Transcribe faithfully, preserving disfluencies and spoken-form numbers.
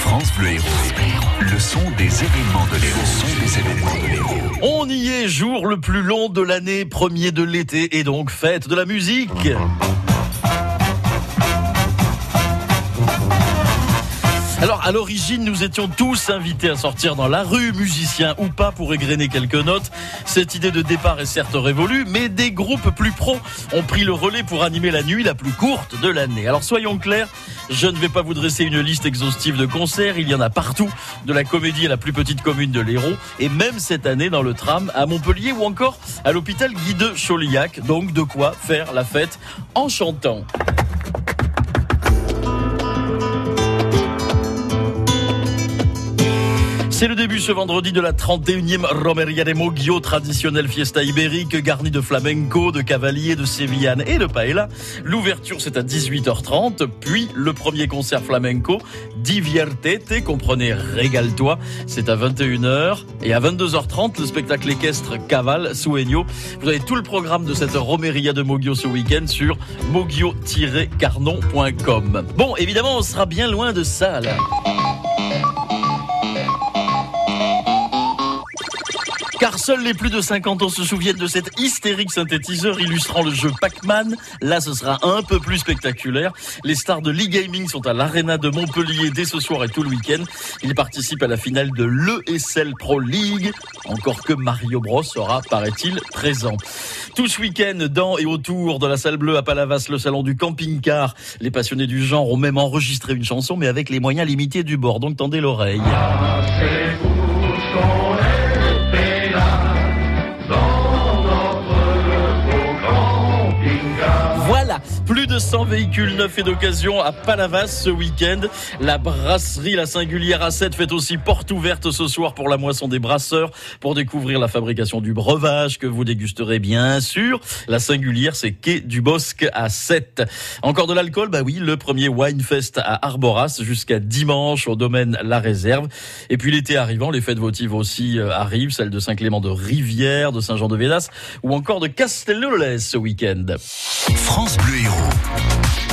France Bleu Héros. Le son des événements de l'Héros. Le son des événements de l'Héros. On y est, jour le plus long de l'année, premier de l'été et donc fête de la musique. Alors, à l'origine, nous étions tous invités à sortir dans la rue, musiciens ou pas, pour égrener quelques notes. Cette idée de départ est certes révolue, mais des groupes plus pros ont pris le relais pour animer la nuit la plus courte de l'année. Alors, soyons clairs, je ne vais pas vous dresser une liste exhaustive de concerts. Il y en a partout, de la Comédie à la plus petite commune de l'Hérault, et même cette année dans le tram à Montpellier ou encore à l'hôpital Guy de Chauliac. Donc, de quoi faire la fête en chantant. C'est le début ce vendredi de la trente et unième Romeria de Moggio, traditionnelle fiesta ibérique garnie de flamenco, de cavalier, de sévillane et de paella. L'ouverture, c'est à dix-huit heures trente, puis le premier concert flamenco, Diviertete, comprenez régale-toi, c'est à vingt et une heures. Et à vingt-deux heures trente, le spectacle équestre Caval Sueño. Vous avez tout le programme de cette Romeria de Moggio ce week-end sur moggio tiret carnon point com. Bon, évidemment, on sera bien loin de ça, là. Car seuls les plus de cinquante ans se souviennent de cet hystérique synthétiseur illustrant le jeu Pac-Man. Là, ce sera un peu plus spectaculaire. Les stars de l'e-gaming sont à l'Arena de Montpellier dès ce soir et tout le week-end. Ils participent à la finale de l'E S L Pro League. Encore que Mario Bros sera, paraît-il, présent. Tout ce week-end, dans et autour de la Salle Bleue à Palavas, le salon du camping-car. Les passionnés du genre ont même enregistré une chanson, mais avec les moyens limités du bord. Donc, tendez l'oreille. Voilà, plus de cent véhicules neufs et d'occasion à Palavas ce week-end. La brasserie La Singulière à sept fait aussi porte ouverte ce soir pour la moisson des brasseurs, pour découvrir la fabrication du breuvage que vous dégusterez bien sûr. La Singulière, c'est quai du Bosc à sept. Encore de l'alcool? Bah oui, le premier Winefest à Arboras jusqu'à dimanche au domaine La Réserve. Et puis l'été arrivant, les fêtes votives aussi arrivent, celles de Saint-Clément de Rivière, de Saint-Jean-de-Védas ou encore de Castellolles ce week-end. France Bleu Héros.